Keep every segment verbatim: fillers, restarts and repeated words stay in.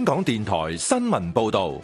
香港電台新聞報導。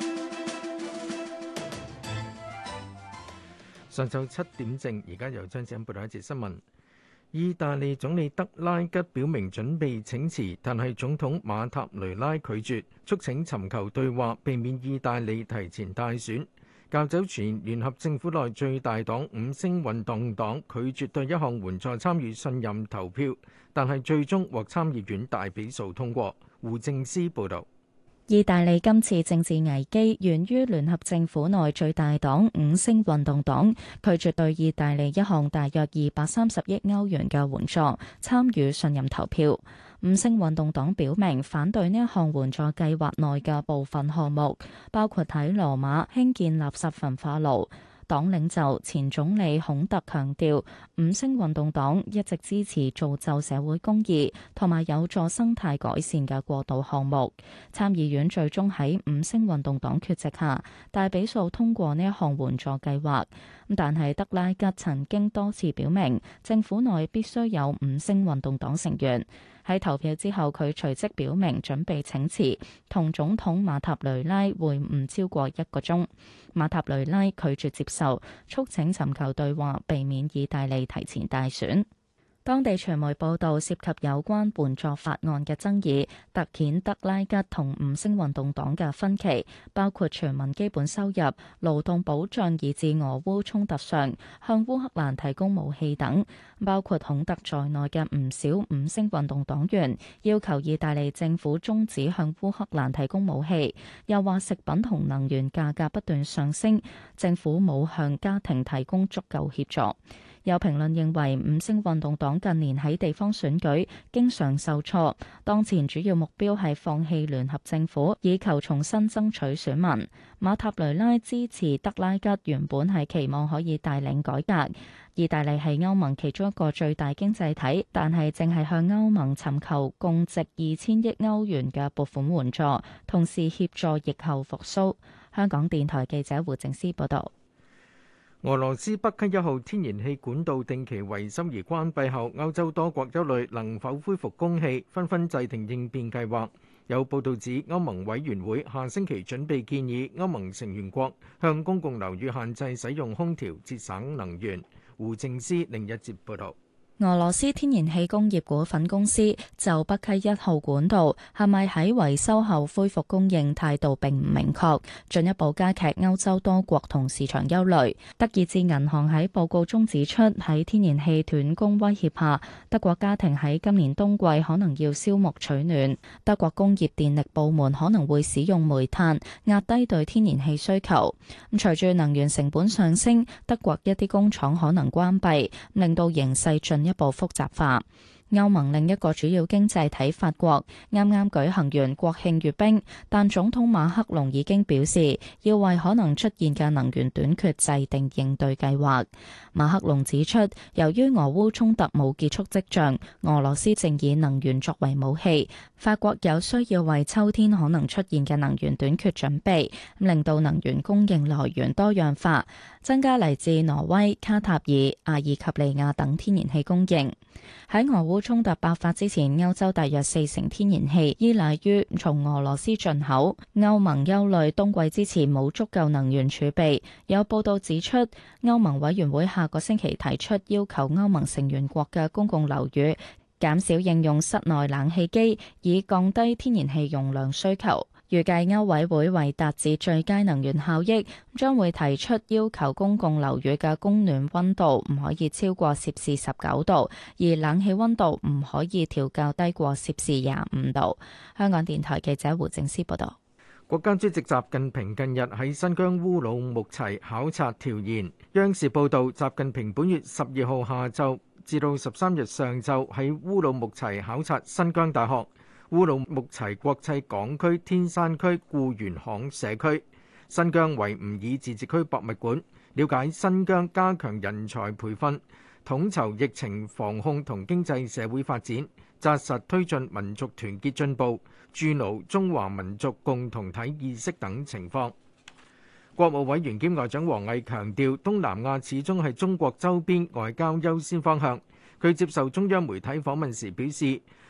上晝七點正，而家由張子欣報道一節新聞。意大利總理德拉吉表明準備請辭，但係總統馬塔雷拉拒絕，促請尋求對話，避免意大利提前大選。較早前，聯合政府內最大黨五星運動黨拒絕對一項援助參與信任投票，但係最終獲參議院大比數通過。胡正思報導。 意大利今次政治危機源於聯合政府內最大黨五星運動黨拒絕對意大利一項大約二百三十億歐元嘅援助參與信任投票。五星運動黨表明反對呢一項援助計劃內嘅部分項目，包括喺羅馬興建垃圾焚化爐。黨領袖前總理孔特強調，五星運動黨一直支持造就社會公義同埋有助生態改善嘅過渡項目。參議院最終喺五星運動黨缺席下，大比數通過呢一項援助計劃。但係德拉吉曾經多次表明，政府內必須有五星運動黨成員。喺投票之後，佢隨即表明準備請辭，同總統馬塔雷拉會晤超過一個鐘。馬塔雷拉拒絕接受，促請尋求對話，避免意大利提前大選。當地傳媒報道涉及有關援助法案嘅爭議，突顯德拉吉同五星運動黨嘅分歧，包括全民基本收入、勞動保障以至俄烏衝突上向烏克蘭提供武器等。包括孔特在內嘅唔少五星運動黨員要求意大利政府終止向烏克蘭提供武器，又話食品同能源價格不斷上升，政府冇向家庭提供足夠協助。有評論認為，五星運動黨近年喺地方選舉經常受挫，當前主要目標係放棄聯合政府，以求重新爭取選民。馬塔雷拉支持德拉吉，原本係期望可以帶領改革。意大利係歐盟其中一個最大經濟體，但係正係向歐盟尋求共值二千億歐元嘅撥款援助，同時協助疫後復甦。香港電台記者胡靜思報道。 俄羅斯北溪一號天然氣管道定期維修而關閉後，歐洲多國憂慮能否恢復供氣，紛紛制定應變計劃。有報道指，歐盟委員會下星期準備建議歐盟成員國向公共樓宇限制使用空調，節省能源。胡正思另一節報導。 俄羅斯天然氣工業股份公司就北溪一號管道係咪喺維修後恢復供應態度並唔明確，進一步加劇歐洲多國同市場憂慮。德意志銀行喺報告中指出，喺天然氣斷供威脅下，德國家庭喺今年冬季可能要燒木取暖。德國工業電力部門可能會使用煤炭壓低對天然氣需求。咁隨住能源成本上升，德國一啲工廠可能關閉，令到形勢進一步複雜化。歐盟另一個主要經濟體法國啱啱舉行完國慶閱兵，但總統馬克龍已經表示要為可能出現嘅能源短缺制定應對計劃。馬克龍指出，由於俄烏衝突冇結束跡象，俄羅斯正以能源作為武器，法國有需要為秋天可能出現嘅能源短缺準備，令到能源供應來源多樣化，增加嚟自挪威、卡塔爾、阿爾及利亞等天然氣供應。喺俄烏衝突爆發之前，歐洲大約四成天然氣依賴於從俄羅斯進口。歐盟憂慮冬季之前冇足夠能源儲備。有報道指出，歐盟委員會下個星期提出要求歐盟成員國嘅公共樓宇減少應用室內冷氣機，以降低天然氣用量需求。預計歐委會為達至最佳能源效益，將會提出要求公共樓宇嘅供暖溫度唔可以超過攝氏十九度，而冷氣溫度唔可以調校低過攝氏廿五度。香港電台記者胡正思報道。 國家主席習近平近日喺新疆烏魯木齊考察調研。央視報道，習近平本月十二號下晝至到十三日上晝喺烏魯木齊考察新疆大學、烏魯木齊國際港區天山區固原巷社區、新疆維吾爾自治區博物館，了解新疆加強人才培訓、統籌疫情防控同經濟社會發展，紮實推進民族團結進步，築牢中華民族共同體意識等情況。國務委員兼外長王毅強調，東南亞始終係中國周邊外交優先方向。佢接受中央媒體訪問時表示，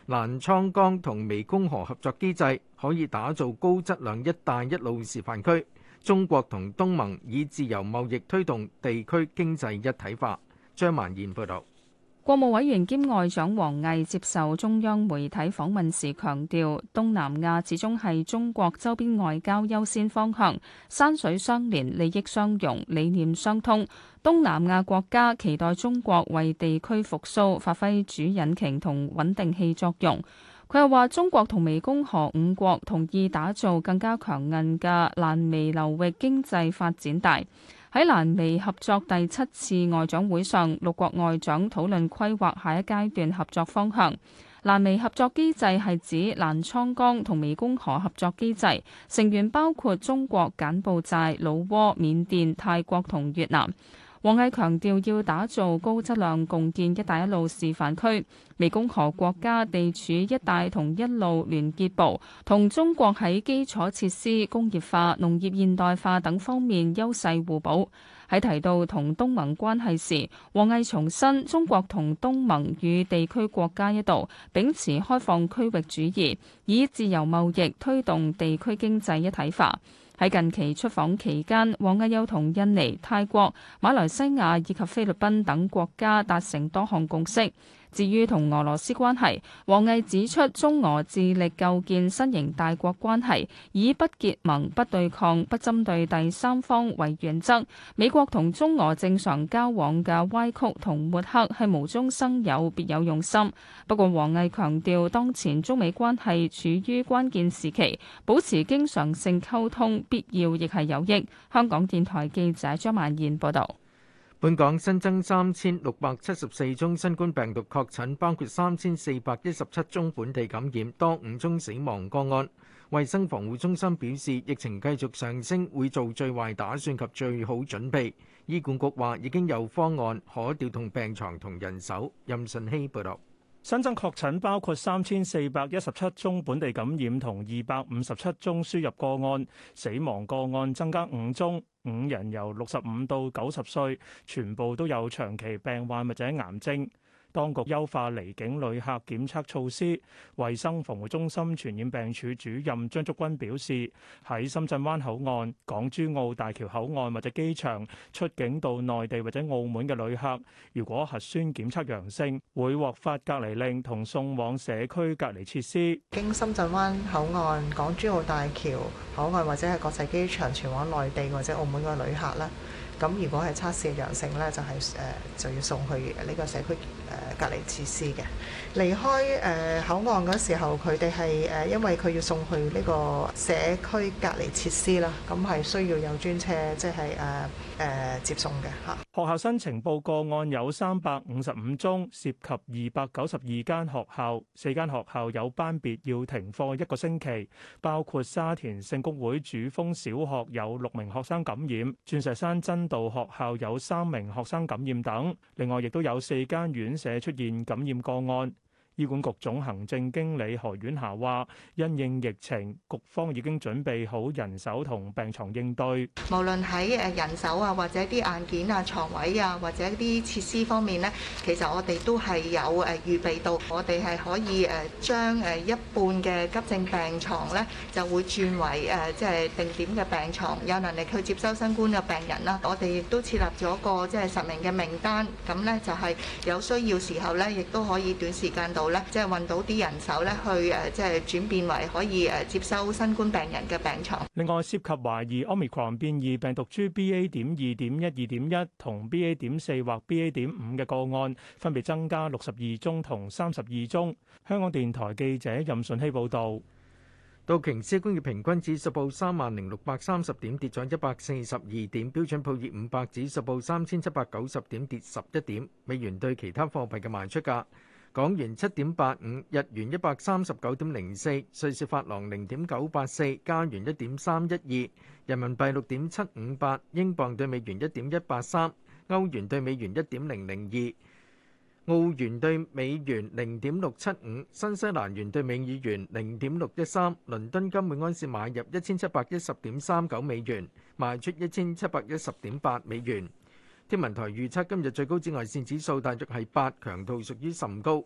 瀾滄江同湄公河合作機制可以打造高質量一帶一路示範區。中國同東盟以自由貿易推動地區經濟一體化。張曼燕報導。 國務委員兼外長王毅接受中央媒體訪問時強調，東南亞始終係中國周邊外交優先方向，山水相連，利益相融，理念相通。東南亞國家期待中國為地區復甦發揮主引擎同穩定器作用。佢又話，中國同湄公河五國同意打造更加強韌嘅瀾湄流域經濟發展帶。喺瀾湄合作第七次外長會上，六國外長討論規劃下一階段合作方向。瀾湄合作機制係指瀾滄江同湄公河合作機制，成員包括中國、柬埔寨、老撾、緬甸、泰國同越南。王毅強調要打造高質量共建「一帶一路」示範區，湄公河國家地處「一帶同一路」聯結部，同中國喺基礎設施、工業化、農業現代化等方面優勢互補。喺提到同東盟關係時，王毅重申中國同東盟與地區國家一道，秉持開放區域主義，以自由貿易推動地區經濟一體化。喺近期出訪期間，王毅又同印尼、泰國、馬來西亞以及菲律賓等國家達成多項共識。至於同俄羅斯關係，王毅指出，中俄致力構建新型大國關係，以不結盟、不對抗、不針對第三方為原則。美國同中俄正常交往嘅歪曲同抹黑係無中生有、別有用心。不過，王毅強調，當前中美關係處於關鍵時期，保持經常性溝通必要亦係有益。香港電台記者張曼燕報導。 本港新增三千六百七十四宗新冠病毒確診，包括三千四百一十七宗本地感染，多五宗死亡個案。衛生防護中心表示，疫情繼續上升，會做最壞打算及最好準備。醫管局話已經有方案可調動病床同人手。任順希報導。 新增確診包括三千四百一十七宗本地感染同二百五十七宗輸入個案，死亡個案增加五宗，五人由六十五到九十歲，全部都有長期病患或者癌症。當局優化離境旅客檢測措施，衛生防護中心傳染病處主任張竹君表示，喺深圳灣口岸、港珠澳大橋口岸或者機場出境到內地或者澳門嘅旅客，如果核酸檢測陽性，會獲發隔離令同送往社區隔離設施。 經深圳灣口岸、港珠澳大橋口岸或者係國際機場前往內地或者澳門嘅旅客咧，咁如果係測試陽性咧，就係、是、誒就要送去呢個社區誒隔離設施嘅。離開誒口岸嗰時候，佢哋係誒因為佢要送去呢個社區隔離設施啦，咁係需要有專車即係誒誒接送嘅嚇。 學校申請報個案有三百五十五宗，涉及二百九十二間學校，四間學校有班別要停課一個星期，包括沙田聖谷會主峰小學有六名學生感染，鑽石山真道學校有三名學生感染等，另外亦都有四間院舍出現感染個案。醫管局總行政經理何婉霞話，因應疫情，局方已經準備好人手同病床應對。 無論喺誒人手啊，或者啲硬件啊、床位啊，或者啲設施方面呢，其實我哋都係有誒預備到，我哋係可以誒將誒一半嘅急症病床呢，就會轉為誒即係定點嘅病床，有能力去接收新冠嘅病人啦。我哋亦都設立咗個即係實名嘅名單，咁呢就係有需要時候呢，亦都可以短時間度咧，即係運到啲人手咧，去誒即係轉變為可以誒接收新冠病人嘅病床。 另外，涉及懷疑 Omicron 變異病毒株 B A 點二點一二點一同 B A 點四或 B A 點五嘅個案，分別增加六十二宗同三十二宗。香港電台記者任順希報導。 道瓊斯工業平均指數報三萬零六百三十點，跌咗一百四十二點。標準普爾五百指數報三千七百九十點，跌十一點。美元對其他貨幣嘅賣出價。港元七點八五，日元一百三十九點零四，瑞士法郎零點九八四，加元一點三一二，人民幣六點七五八，英鎊對美元一點一八三，歐元對美元一點零零二，澳元對美元零點六七五，新西蘭元對美元零點六一三。倫敦金每安士買入一千七百一十點三九美元，賣出一千七百一十點八美元。天文台預測今日最高紫外線指數大約係八，強度屬於甚高。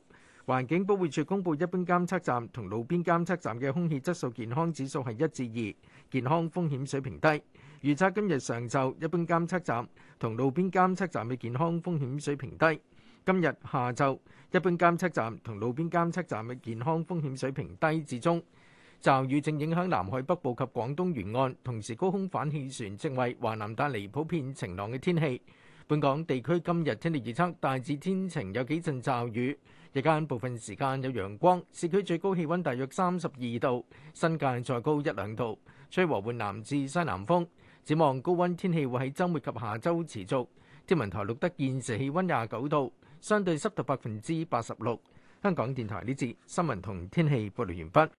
環境保護署公佈，一般監測站同路邊監測站嘅空氣質素健康指數係一至二，健康風險水平低。預測今日上晝一般監測站同路邊監測站嘅健康風險水平低。今日下晝一般監測站同路邊監測站嘅健康風險水平低至中。驟雨正影響南海北部及廣東沿岸，同時高空反氣旋正為華南帶嚟普遍晴朗嘅天氣。本港地區今日天氣預測大致天晴，有幾陣驟雨，日間部分時間有陽光，市區最高氣溫大約三十二度，新界再高一兩度，吹和緩南至西南風。展望高溫天氣會喺週末及下週持續。天文台錄得現時氣溫廿九度，相對濕度百分之八十六。香港電台呢節新聞同天氣報道完畢。